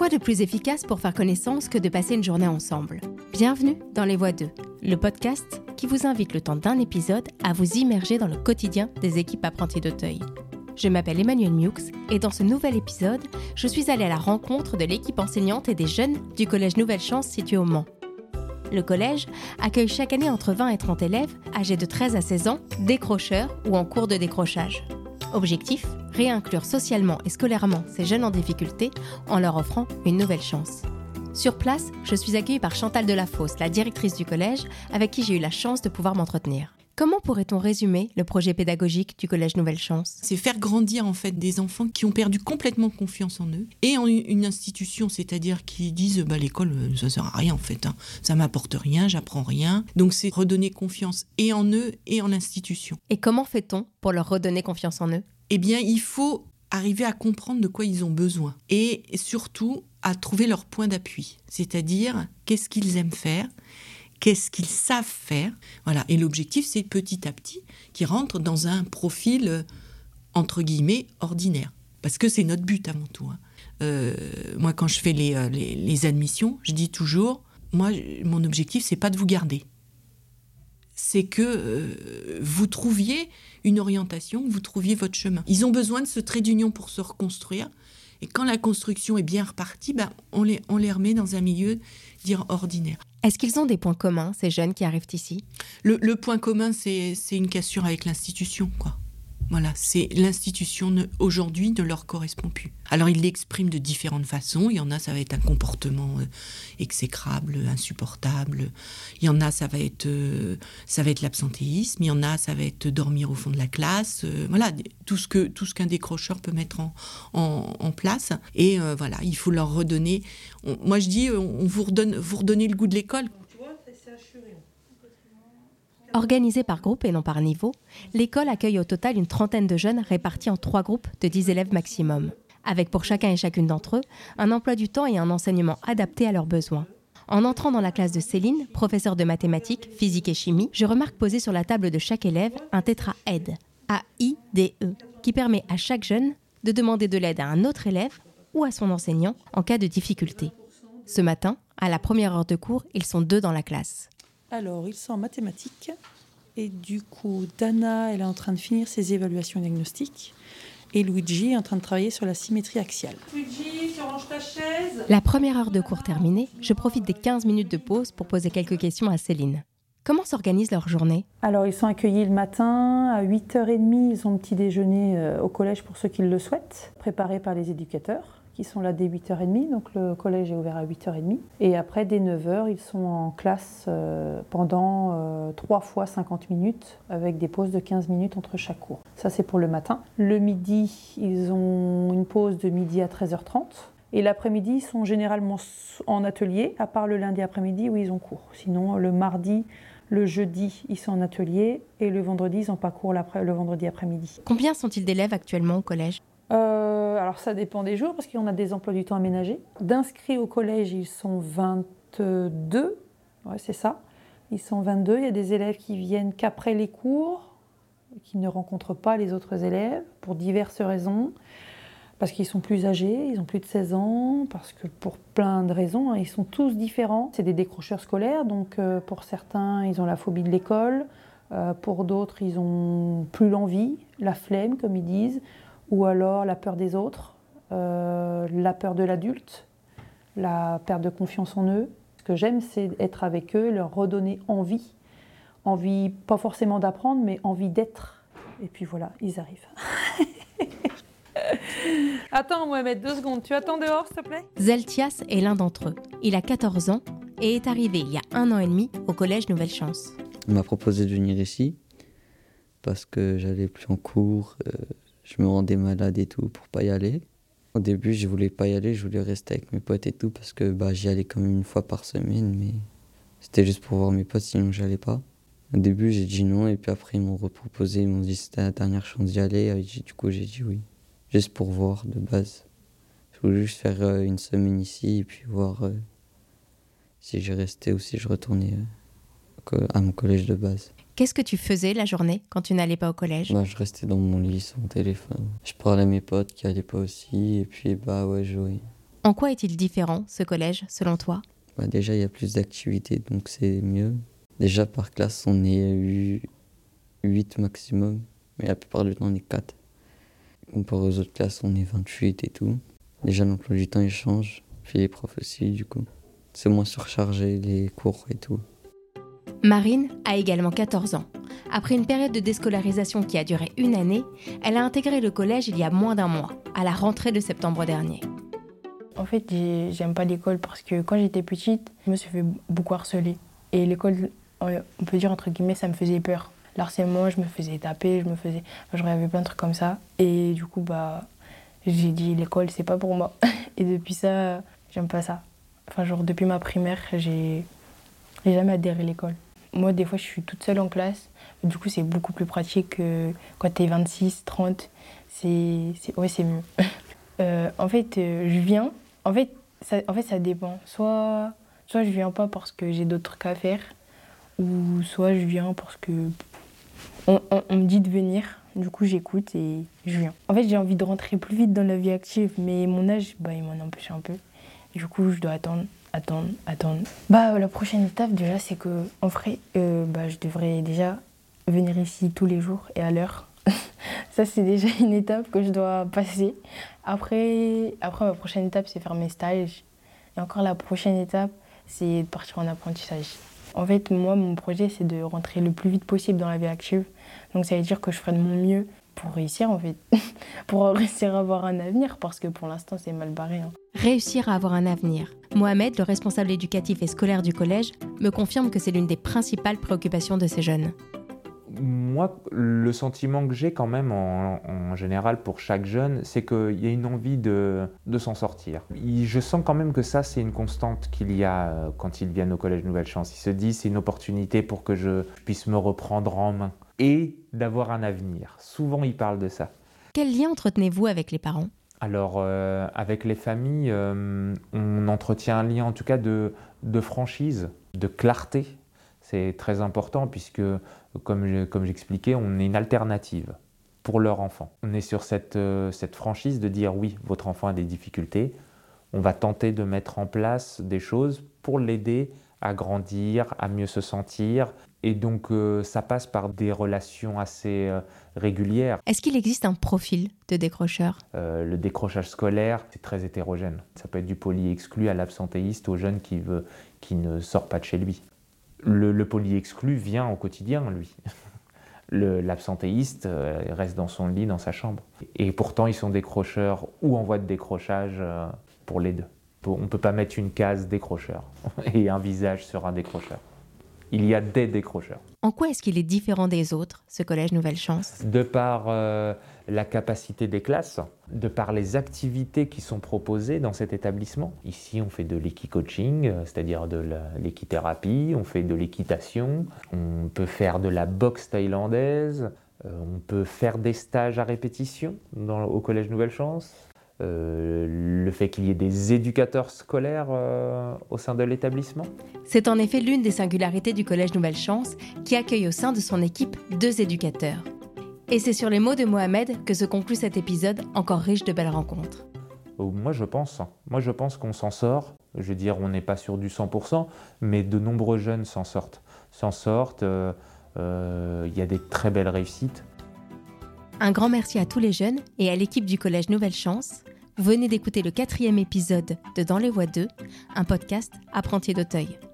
Quoi de plus efficace pour faire connaissance que de passer une journée ensemble ? Bienvenue dans Les Voix 2, le podcast qui vous invite le temps d'un épisode à vous immerger dans le quotidien des équipes apprenties d'Auteuil. Je m'appelle Emmanuelle Mioux et dans ce nouvel épisode, je suis allée à la rencontre de l'équipe enseignante et des jeunes du collège Nouvelle Chance situé au Mans. Le collège accueille chaque année entre 20 et 30 élèves âgés de 13 à 16 ans, décrocheurs ou en cours de décrochage. Objectif : réinclure socialement et scolairement ces jeunes en difficulté en leur offrant une nouvelle chance. Sur place, je suis accueillie par Chantal Delafosse, la directrice du collège, avec qui j'ai eu la chance de pouvoir m'entretenir. Comment pourrait-on résumer le projet pédagogique du collège Nouvelle Chance ? C'est faire grandir en fait des enfants qui ont perdu complètement confiance en eux et en une institution, c'est-à-dire qui disent l'école ça sert à rien en fait, ça m'apporte rien, j'apprends rien. Donc c'est redonner confiance et en eux et en l'institution. Et comment fait-on pour leur redonner confiance en eux ? Eh bien, il faut arriver à comprendre de quoi ils ont besoin et surtout à trouver leur point d'appui, c'est-à-dire qu'est-ce qu'ils aiment faire. Qu'est-ce qu'ils savent faire ? Voilà. Et l'objectif, c'est petit à petit qu'ils rentrent dans un profil, entre guillemets, ordinaire. Parce que c'est notre but avant tout. Moi, quand je fais les admissions, je dis toujours, mon objectif, c'est pas de vous garder. C'est que vous trouviez une orientation, que vous trouviez votre chemin. Ils ont besoin de ce trait d'union pour se reconstruire. Et quand la construction est bien repartie, on les remet dans un milieu, dire, ordinaire. Est-ce qu'ils ont des points communs, ces jeunes qui arrivent ici ? Le point commun, c'est une cassure avec l'institution, quoi. Voilà, c'est l'institution aujourd'hui ne leur correspond plus. Alors ils l'expriment de différentes façons. Il y en a, ça va être un comportement exécrable, insupportable. Il y en a, ça va être l'absentéisme. Il y en a, ça va être dormir au fond de la classe. Voilà, tout ce qu'un décrocheur peut mettre en place. Et voilà, il faut leur redonner. Moi, je dis, on vous redonnez le goût de l'école. Organisée par groupe et non par niveau, l'école accueille au total une trentaine de jeunes répartis en 3 groupes de 10 élèves maximum, avec pour chacun et chacune d'entre eux un emploi du temps et un enseignement adapté à leurs besoins. En entrant dans la classe de Céline, professeure de mathématiques, physique et chimie, je remarque posé sur la table de chaque élève un tétra-aide, A-I-D-E, qui permet à chaque jeune de demander de l'aide à un autre élève ou à son enseignant en cas de difficulté. Ce matin, à la première heure de cours, ils sont 2 dans la classe. Alors, ils sont en mathématiques et du coup, Dana, elle est en train de finir ses évaluations diagnostiques et Luigi est en train de travailler sur la symétrie axiale. Luigi, tu ranges ta chaise ? La première heure de cours terminée, je profite des 15 minutes de pause pour poser quelques questions à Céline. Comment s'organise leur journée ? Alors, ils sont accueillis le matin à 8h30. Ils ont petit déjeuner au collège pour ceux qui le souhaitent, préparé par les éducateurs, qui sont là dès 8h30, donc le collège est ouvert à 8h30. Et après, dès 9h, ils sont en classe pendant 3 fois 50 minutes, avec des pauses de 15 minutes entre chaque cours. Ça, c'est pour le matin. Le midi, ils ont une pause de midi à 13h30. Et l'après-midi, ils sont généralement en atelier, à part le lundi après-midi où ils ont cours. Sinon, le mardi, le jeudi, ils sont en atelier, et le vendredi, ils n'ont pas cours le vendredi après-midi. Combien sont-ils d'élèves actuellement au collège ? Alors ça dépend des jours parce qu'on a des emplois du temps aménagés. D'inscrits au collège, ils sont 22. Ouais, c'est ça. Ils sont 22. Il y a des élèves qui viennent qu'après les cours, qui ne rencontrent pas les autres élèves pour diverses raisons. Parce qu'ils sont plus âgés, ils ont plus de 16 ans, parce que pour plein de raisons, ils sont tous différents. C'est des décrocheurs scolaires, donc pour certains, ils ont la phobie de l'école. Pour d'autres, ils ont plus l'envie, la flemme, comme ils disent. Ou alors la peur des autres, la peur de l'adulte, la perte de confiance en eux. Ce que j'aime, c'est être avec eux, leur redonner envie. Envie, pas forcément d'apprendre, mais envie d'être. Et puis voilà, ils arrivent. Attends, Mohamed, 2 secondes. Tu attends dehors, s'il te plaît ? Zeltias est l'un d'entre eux. Il a 14 ans et est arrivé il y a 1 an et demi au collège Nouvelle Chance. On m'a proposé de venir ici parce que j'allais plus en cours. Je me rendais malade et tout pour pas y aller. Au début, je voulais pas y aller, je voulais rester avec mes potes et tout parce que j'y allais quand même 1 fois par semaine, mais c'était juste pour voir mes potes, sinon j'allais pas. Au début, j'ai dit non et puis après ils m'ont reproposé, ils m'ont dit que c'était la dernière chance d'y aller. Et du coup, j'ai dit oui, juste pour voir de base. Je voulais juste faire 1 semaine ici et puis voir si je restais ou si je retournais à mon collège de base. Qu'est-ce que tu faisais la journée quand tu n'allais pas au collège ? Je restais dans mon lit sur mon téléphone. Je parlais à mes potes qui allaient pas aussi et puis je jouais. En quoi est-il différent, ce collège, selon toi ? Déjà, il y a plus d'activités, donc c'est mieux. Déjà, par classe, on est 8 maximum, mais la plupart du temps, on est 4. Comparé aux autres classes, on est 28 et tout. Déjà, l'emploi du temps, il change. Puis les profs aussi, du coup. C'est moins surchargé, les cours et tout. Marine a également 14 ans. Après une période de déscolarisation qui a duré 1 année, elle a intégré le collège il y a moins d'1 mois, à la rentrée de septembre dernier. En fait, j'aime pas l'école parce que quand j'étais petite, je me suis fait beaucoup harceler. Et l'école, on peut dire entre guillemets, ça me faisait peur. L'harcèlement, je me faisais taper, je rêvais plein de trucs comme ça. Et du coup, j'ai dit l'école, c'est pas pour moi. Et depuis ça, j'aime pas ça. Enfin, depuis ma primaire, j'ai jamais adhéré à l'école. Moi, des fois, je suis toute seule en classe. Du coup, c'est beaucoup plus pratique que quand t'es 26, 30. C'est mieux. En fait, je viens. En fait, ça dépend. Soit je viens pas parce que j'ai d'autres trucs à faire, ou soit je viens parce que on me dit de venir. Du coup, j'écoute et je viens. En fait, j'ai envie de rentrer plus vite dans la vie active, mais mon âge, il m'en empêche un peu. Du coup, je dois attendre. La prochaine étape, déjà, c'est que, en vrai, je devrais déjà venir ici tous les jours et à l'heure. Ça, c'est déjà une étape que je dois passer. Après, ma prochaine étape, c'est faire mes stages. Et encore, la prochaine étape, c'est de partir en apprentissage. En fait, moi, mon projet, c'est de rentrer le plus vite possible dans la vie active. Donc, ça veut dire que je ferai de mon mieux pour réussir, en fait. Pour réussir à avoir un avenir, parce que pour l'instant, c'est mal barré. Réussir à avoir un avenir. Mohamed, le responsable éducatif et scolaire du collège, me confirme que c'est l'une des principales préoccupations de ces jeunes. Moi, le sentiment que j'ai quand même en général pour chaque jeune, c'est qu'il y a une envie de s'en sortir. Je sens quand même que ça, c'est une constante qu'il y a quand ils viennent au Collège Nouvelle Chance. Ils se disent, c'est une opportunité pour que je puisse me reprendre en main et d'avoir un avenir. Souvent, ils parlent de ça. Quel lien entretenez-vous avec les parents ? Alors, avec les familles, on entretient un lien en tout cas de franchise, de clarté. C'est très important puisque, comme j'expliquais, on est une alternative pour leur enfant. On est sur cette franchise de dire oui, votre enfant a des difficultés. On va tenter de mettre en place des choses pour l'aider à grandir, à mieux se sentir. Et donc, ça passe par des relations assez régulières. Est-ce qu'il existe un profil de décrocheur ? Le décrochage scolaire, c'est très hétérogène. Ça peut être du poly-exclu à l'absentéiste, au jeune qui ne sort pas de chez lui. Le poly-exclu vient au quotidien, lui. L'absentéiste reste dans son lit, dans sa chambre. Et pourtant, ils sont décrocheurs ou en voie de décrochage pour les deux. On ne peut pas mettre une case décrocheur et un visage sur un décrocheur. Il y a des décrocheurs. En quoi est-ce qu'il est différent des autres, ce collège Nouvelle Chance ? De par la capacité des classes, de par les activités qui sont proposées dans cet établissement. Ici, on fait de l'équi-coaching, c'est-à-dire de l'équithérapie, on fait de l'équitation, on peut faire de la boxe thaïlandaise, on peut faire des stages à répétition au collège Nouvelle Chance. Le fait qu'il y ait des éducateurs scolaires au sein de l'établissement. C'est en effet l'une des singularités du Collège Nouvelle Chance qui accueille au sein de son équipe 2 éducateurs. Et c'est sur les mots de Mohamed que se conclut cet épisode encore riche de belles rencontres. Moi je pense qu'on s'en sort. Je veux dire, on n'est pas sur du 100%, mais de nombreux jeunes s'en sortent. Il y a des très belles réussites. Un grand merci à tous les jeunes et à l'équipe du Collège Nouvelle Chance. Vous venez d'écouter le 4e épisode de Dans les Voies 2, un podcast Apprentis d'Auteuil.